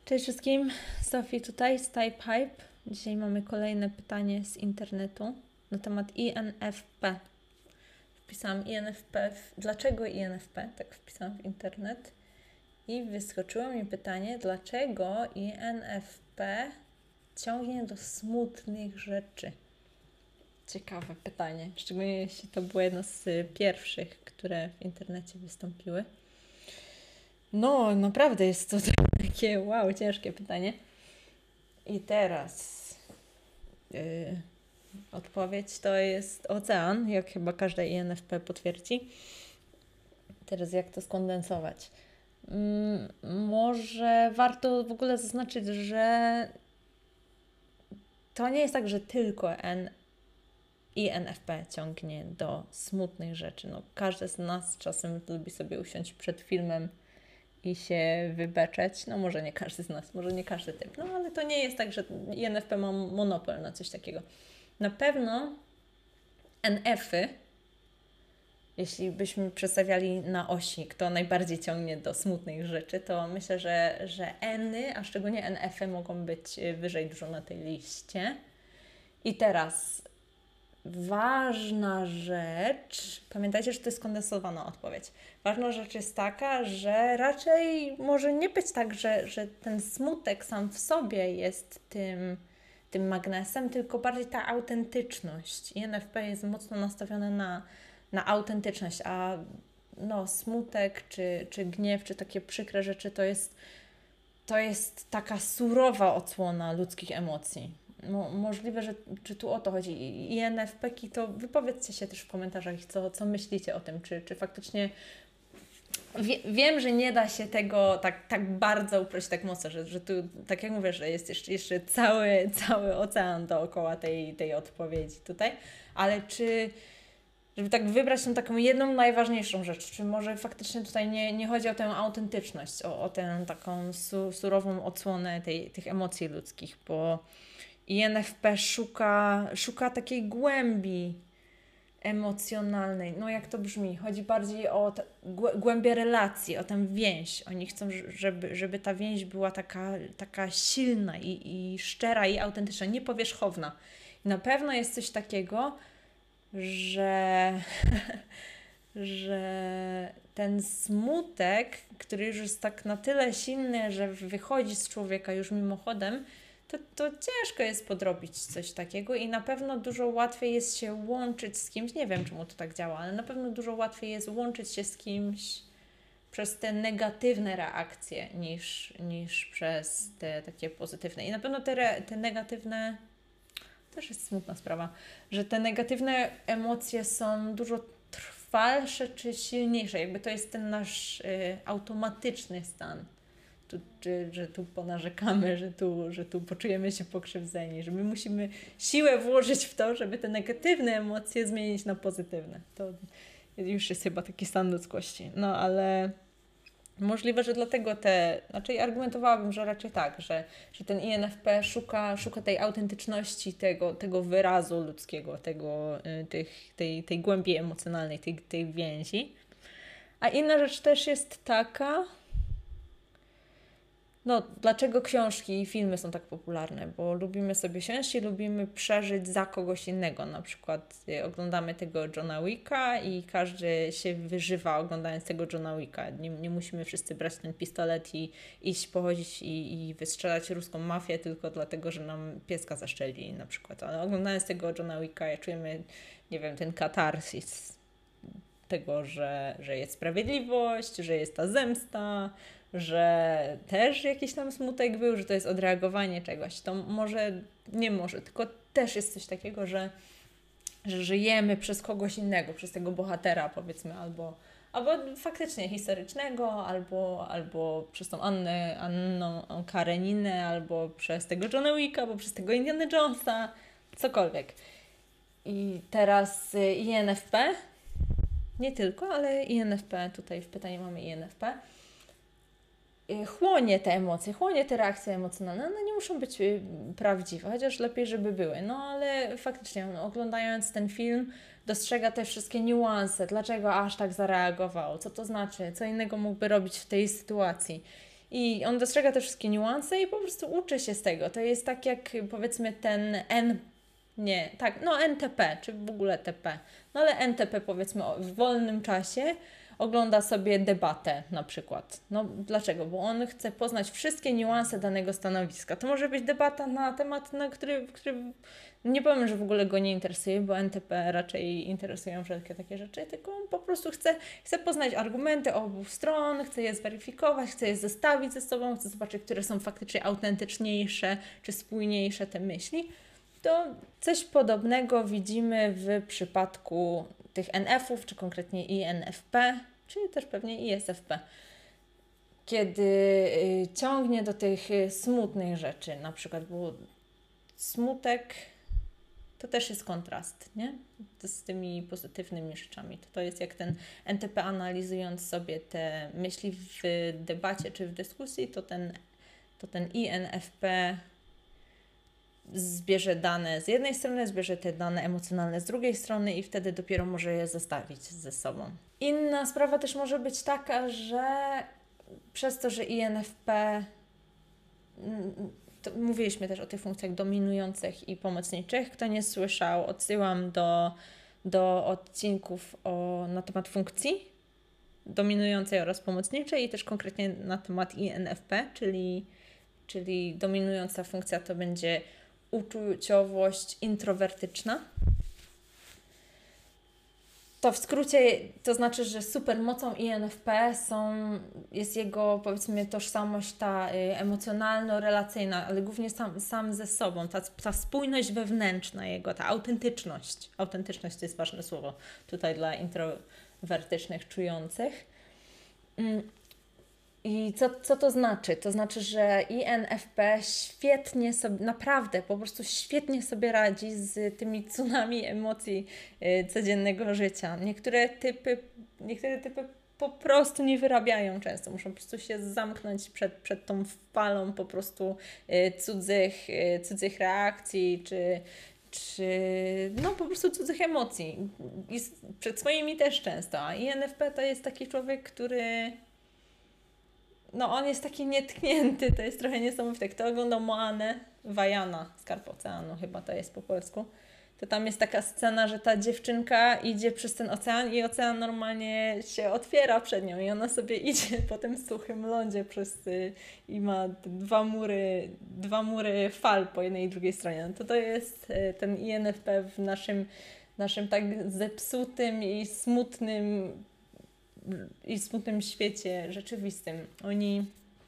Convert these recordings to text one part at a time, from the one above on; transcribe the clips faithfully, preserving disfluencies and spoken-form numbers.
Cześć wszystkim, Sofii tutaj z Type Hype. Dzisiaj mamy kolejne pytanie z internetu na temat I N F P. Wpisałam I N F P. W... Dlaczego I N F P? Tak wpisałam w internet i wyskoczyło mi pytanie, dlaczego I N F P ciągnie do smutnych rzeczy. Ciekawe pytanie, szczególnie jeśli to było jedno z pierwszych, które w internecie wystąpiły. No, naprawdę jest to takie wow, ciężkie pytanie. I teraz yy, odpowiedź to jest ocean, jak chyba każde I N F P potwierdzi. Teraz jak to skondensować? Hmm, może warto w ogóle zaznaczyć, że to nie jest tak, że tylko N I N F P ciągnie do smutnych rzeczy. No, każdy z nas czasem lubi sobie usiąść przed filmem i się wybeczeć. No może nie każdy z nas, może nie każdy typ. No ale to nie jest tak, że I N F P ma monopol na coś takiego. Na pewno N F-y, jeśli byśmy przedstawiali na osi, kto najbardziej ciągnie do smutnych rzeczy, to myślę, że, że N-y, a szczególnie N F-y mogą być wyżej dużo na tej liście. I teraz ważna rzecz, pamiętajcie, że to jest skondensowana odpowiedź. Ważna rzecz jest taka, że raczej może nie być tak, że, że ten smutek sam w sobie jest tym, tym magnesem, tylko bardziej ta autentyczność. I N F P jest mocno nastawione na, na autentyczność, a no, smutek czy, czy gniew, czy takie przykre rzeczy to jest, to jest taka surowa odsłona ludzkich emocji. Mo, możliwe, że czy tu o to chodzi. I N F P-ki, to wypowiedzcie się też w komentarzach, co, co myślicie o tym, czy, czy faktycznie wie, wiem, że nie da się tego tak, tak bardzo uprościć, tak mocno, że, że tu, tak jak mówię, że jest jeszcze, jeszcze cały, cały ocean dookoła tej, tej odpowiedzi tutaj, ale czy żeby tak wybrać tą taką jedną najważniejszą rzecz, czy może faktycznie tutaj nie, nie chodzi o tę autentyczność, o, o tę taką su, surową odsłonę tej, tych emocji ludzkich, bo I N F P szuka, szuka takiej głębi emocjonalnej. No jak to brzmi? Chodzi bardziej o te, głębię relacji, o tę więź. Oni chcą, żeby, żeby ta więź była taka, taka silna i, i szczera i autentyczna, niepowierzchowna. I na pewno jest coś takiego, że, że ten smutek, który już jest tak na tyle silny, że wychodzi z człowieka już mimochodem, To, to ciężko jest podrobić coś takiego i na pewno dużo łatwiej jest się łączyć z kimś, nie wiem czemu to tak działa, ale na pewno dużo łatwiej jest łączyć się z kimś przez te negatywne reakcje niż, niż przez te takie pozytywne. I na pewno te, re, te negatywne, też jest smutna sprawa, że te negatywne emocje są dużo trwalsze czy silniejsze, jakby to jest ten nasz y, automatyczny stan. Tu, czy, że tu ponarzekamy, że tu, że tu poczujemy się pokrzywdzeni, że my musimy siłę włożyć w to, żeby te negatywne emocje zmienić na pozytywne. To już jest chyba taki stan ludzkości. No ale możliwe, że dlatego te, znaczy argumentowałabym, że raczej tak, że, że ten I N F P szuka, szuka tej autentyczności, tego, tego wyrazu ludzkiego, tego, tych, tej, tej głębi emocjonalnej, tej, tej więzi. A inna rzecz też jest taka, no, dlaczego książki i filmy są tak popularne? Bo lubimy sobie siąść i lubimy przeżyć za kogoś innego. Na przykład y, oglądamy tego Johna Wicka i każdy się wyżywa oglądając tego Johna Wicka. Nie, nie musimy wszyscy brać ten pistolet i iść pochodzić i, i wystrzelać ruską mafię tylko dlatego, że nam pieska zaszczeli na przykład. Ale oglądając tego Johna Wicka czujemy, nie wiem, ten katarsis tego, że, że jest sprawiedliwość, że jest ta zemsta, że też jakiś tam smutek był, że to jest odreagowanie czegoś. To może, nie może, tylko też jest coś takiego, że, że żyjemy przez kogoś innego, przez tego bohatera powiedzmy, albo, albo faktycznie historycznego, albo, albo przez tą Annę, Anną Kareninę, albo przez tego Johna Wicka, albo przez tego Indiana Jonesa, cokolwiek. I teraz I N F P, nie tylko, ale I N F P, tutaj w pytaniu mamy I N F P, chłonie te emocje, chłonie te reakcje emocjonalne, one nie muszą być prawdziwe, chociaż lepiej, żeby były. No ale faktycznie no, oglądając ten film dostrzega te wszystkie niuanse, dlaczego aż tak zareagował, co to znaczy, co innego mógłby robić w tej sytuacji. I on dostrzega te wszystkie niuanse i po prostu uczy się z tego. To jest tak jak powiedzmy ten N, nie, tak, no N T P, czy w ogóle T P. No ale N T P powiedzmy w wolnym czasie ogląda sobie debatę na przykład. No dlaczego? Bo on chce poznać wszystkie niuanse danego stanowiska. To może być debata na temat, na który, który nie powiem, że w ogóle go nie interesuje, bo N T P raczej interesują wszelkie takie rzeczy, tylko on po prostu chce, chce poznać argumenty obu stron, chce je zweryfikować, chce je zestawić ze sobą, chce zobaczyć, które są faktycznie autentyczniejsze czy spójniejsze te myśli. To coś podobnego widzimy w przypadku tych N F-ów, czy konkretnie I N F P, czy też pewnie I S F P. Kiedy ciągnie do tych smutnych rzeczy, na przykład, bo smutek to też jest kontrast, nie? To z tymi pozytywnymi rzeczami. To, to jest jak ten N T P analizując sobie te myśli w debacie czy w dyskusji, to ten, to ten I N F P zbierze dane z jednej strony, zbierze te dane emocjonalne z drugiej strony i wtedy dopiero może je zestawić ze sobą. Inna sprawa też może być taka, że przez to, że I N F P, to mówiliśmy też o tych funkcjach dominujących i pomocniczych. Kto nie słyszał, odsyłam do, do odcinków o, na temat funkcji dominującej oraz pomocniczej i też konkretnie na temat I N F P, czyli, czyli dominująca funkcja to będzie uczuciowość introwertyczna. To w skrócie to znaczy, że supermocą I N F P są, jest jego powiedzmy tożsamość ta y, emocjonalno-relacyjna, ale głównie sam, sam ze sobą, ta, ta spójność wewnętrzna jego, ta autentyczność. Autentyczność to jest ważne słowo tutaj dla introwertycznych, czujących. Mm. I co, co to znaczy? To znaczy, że I N F P świetnie sobie, naprawdę po prostu świetnie sobie radzi z tymi tsunami emocji y, codziennego życia. Niektóre typy, niektóre typy po prostu nie wyrabiają często. Muszą po prostu się zamknąć przed, przed tą falą po prostu y, cudzych, y, cudzych reakcji, czy, czy no po prostu cudzych emocji. I przed swoimi też często. A I N F P to jest taki człowiek, który... No on jest taki nietknięty, to jest trochę niesamowite. Kto oglądał Moanę, Wajana, Skarb Oceanu chyba to jest po polsku, to tam jest taka scena, że ta dziewczynka idzie przez ten ocean i ocean normalnie się otwiera przed nią i ona sobie idzie po tym suchym lądzie przez y, i ma dwa mury, dwa mury fal po jednej i drugiej stronie. No to to jest y, ten I N F P w naszym, naszym tak zepsutym i smutnym i smutnym świecie rzeczywistym. Oni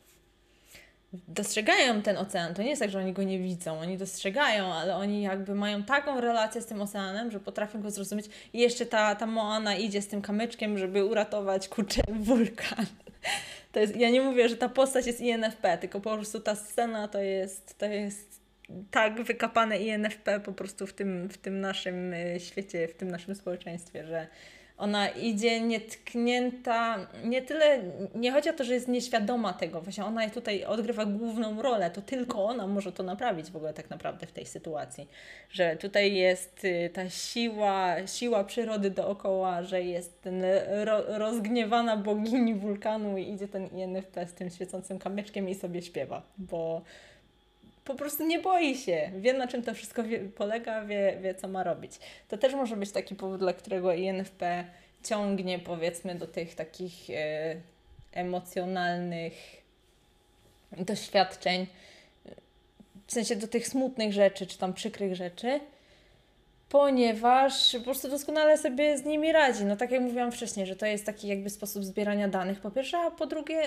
dostrzegają ten ocean. To nie jest tak, że oni go nie widzą. Oni dostrzegają, ale oni jakby mają taką relację z tym oceanem, że potrafią go zrozumieć. I jeszcze ta, ta Moana idzie z tym kamyczkiem, żeby uratować, kurczę, wulkan. To jest, ja nie mówię, że ta postać jest I N F P, tylko po prostu ta scena to jest, to jest tak wykapane I N F P po prostu w tym, w tym naszym świecie, w tym naszym społeczeństwie, że ona idzie nietknięta, nie tyle, nie chodzi o to, że jest nieświadoma tego, właśnie ona tutaj odgrywa główną rolę, to tylko ona może to naprawić w ogóle tak naprawdę w tej sytuacji, że tutaj jest ta siła, siła przyrody dookoła, że jest ten ro, rozgniewana bogini wulkanu i idzie ten I N F P z tym świecącym kamyczkiem i sobie śpiewa, bo po prostu nie boi się, wie na czym to wszystko wie, polega, wie, wie co ma robić. To też może być taki powód, dla którego I N F P ciągnie powiedzmy do tych takich e, emocjonalnych doświadczeń, w sensie do tych smutnych rzeczy, czy tam przykrych rzeczy, ponieważ po prostu doskonale sobie z nimi radzi. No tak jak mówiłam wcześniej, że to jest taki jakby sposób zbierania danych po pierwsze, a po drugie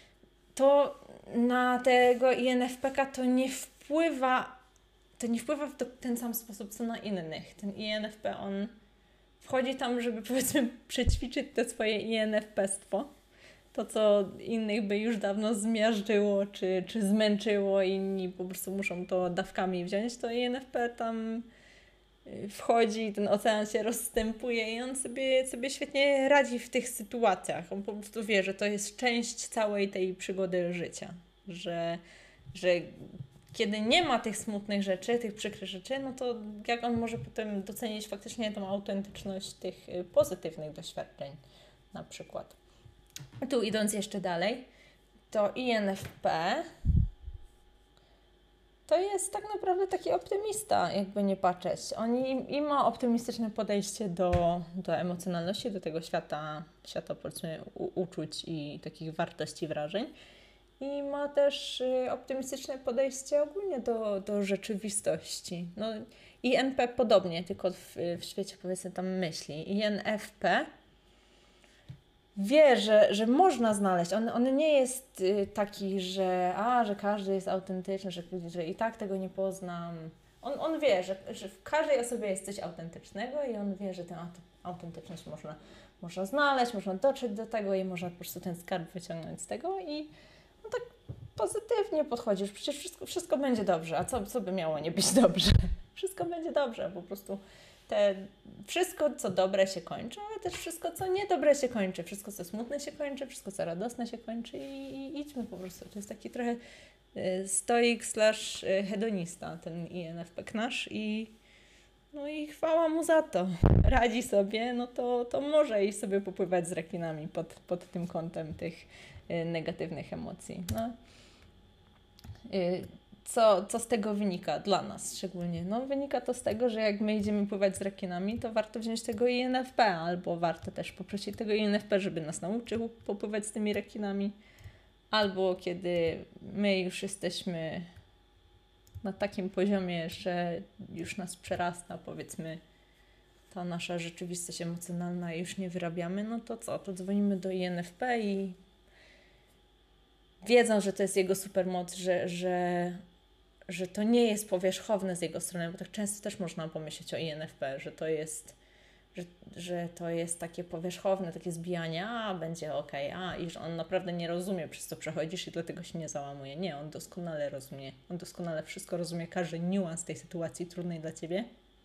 to na tego I N F P K to nie wpływa, to nie wpływa w to, ten sam sposób co na innych. Ten I N F P, on wchodzi tam, żeby powiedzmy przećwiczyć to swoje I N F P-stwo. To, co innych by już dawno zmiażdżyło, czy, czy zmęczyło, inni po prostu muszą to dawkami wziąć, to I N F P tam wchodzi, ten ocean się rozstępuje i on sobie, sobie świetnie radzi w tych sytuacjach. On po prostu wie, że to jest część całej tej przygody życia. Że, że kiedy nie ma tych smutnych rzeczy, tych przykrych rzeczy, no to jak on może potem docenić faktycznie tą autentyczność tych pozytywnych doświadczeń na przykład. Tu idąc jeszcze dalej, to I N F P to jest tak naprawdę taki optymista, jakby nie patrzeć. On i, i ma optymistyczne podejście do, do emocjonalności, do tego świata, świata powiedzmy u, uczuć i takich wartości, wrażeń. I ma też y, optymistyczne podejście ogólnie do, do rzeczywistości. No, I N P podobnie, tylko w, w świecie powiedzmy tam myśli. I N F P wie, że, że można znaleźć. On, on nie jest y, taki, że, a, że każdy jest autentyczny, że, że i tak tego nie poznam. On, on wie, że, że w każdej osobie jest coś autentycznego i on wie, że tę autentyczność można, można znaleźć, można dotrzeć do tego i można po prostu ten skarb wyciągnąć z tego i no tak pozytywnie podchodzisz. Przecież wszystko, wszystko będzie dobrze. A co, co by miało nie być dobrze? Wszystko będzie dobrze, po prostu te, wszystko, co dobre się kończy, ale też wszystko, co niedobre się kończy. Wszystko, co smutne się kończy, wszystko, co radosne się kończy i, i idźmy po prostu. To jest taki trochę y, stoik slash y, hedonista, ten I N F P nasz i no i chwała mu za to. Radzi sobie, no to, to może iść sobie popływać z rekinami pod, pod tym kątem tych y, negatywnych emocji. No. Y, Co, co z tego wynika dla nas szczególnie? No wynika to z tego, że jak my idziemy pływać z rekinami, to warto wziąć tego I N F P, albo warto też poprosić tego I N F P, żeby nas nauczył popływać z tymi rekinami, albo kiedy my już jesteśmy na takim poziomie, że już nas przerasta, powiedzmy, ta nasza rzeczywistość emocjonalna i już nie wyrabiamy, no to co? To dzwonimy do I N F P i wiedzą, że to jest jego supermoc, że, że że to nie jest powierzchowne z jego strony, bo tak często też można pomyśleć o I N F P, że to jest, że, że to jest takie powierzchowne, takie zbijanie, a będzie okej, a i że on naprawdę nie rozumie, przez co przechodzisz i dlatego się nie załamuje. Nie, on doskonale rozumie. On doskonale wszystko rozumie, każdy niuans tej sytuacji trudnej dla Ciebie.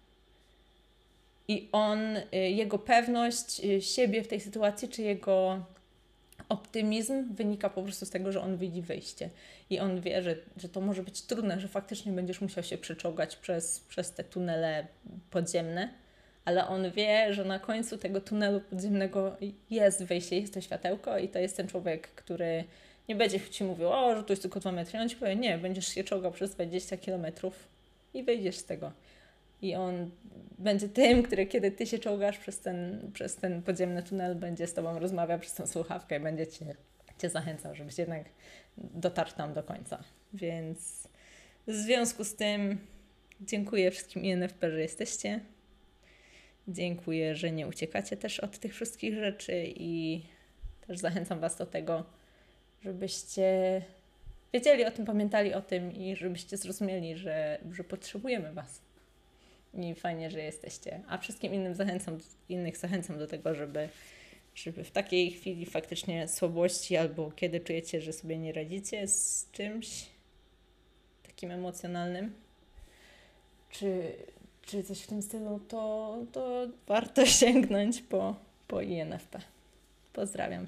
I on, jego pewność siebie w tej sytuacji, czy jego optymizm wynika po prostu z tego, że on widzi wyjście i on wie, że, że to może być trudne, że faktycznie będziesz musiał się przeczołgać przez, przez te tunele podziemne, ale on wie, że na końcu tego tunelu podziemnego jest wyjście, jest to światełko i to jest ten człowiek, który nie będzie Ci mówił, o, że tu jest tylko dwa metry, on Ci powie, nie, będziesz się czołgał przez dwadzieścia kilometrów i wyjdziesz z tego. I on będzie tym, który kiedy Ty się czołgasz przez ten, przez ten podziemny tunel, będzie z Tobą rozmawiał przez tą słuchawkę i będzie Cię, cię zachęcał, żebyś jednak dotarł tam do końca. Więc w związku z tym dziękuję wszystkim I N F P, że jesteście. Dziękuję, że nie uciekacie też od tych wszystkich rzeczy i też zachęcam Was do tego, żebyście wiedzieli o tym, pamiętali o tym i żebyście zrozumieli, że, że potrzebujemy Was. I fajnie, że jesteście. A wszystkim innym zachęcam, innych zachęcam do tego, żeby, żeby w takiej chwili faktycznie słabości albo kiedy czujecie, że sobie nie radzicie z czymś takim emocjonalnym, czy, czy coś w tym stylu, to, to warto sięgnąć po, po I N F P. Pozdrawiam.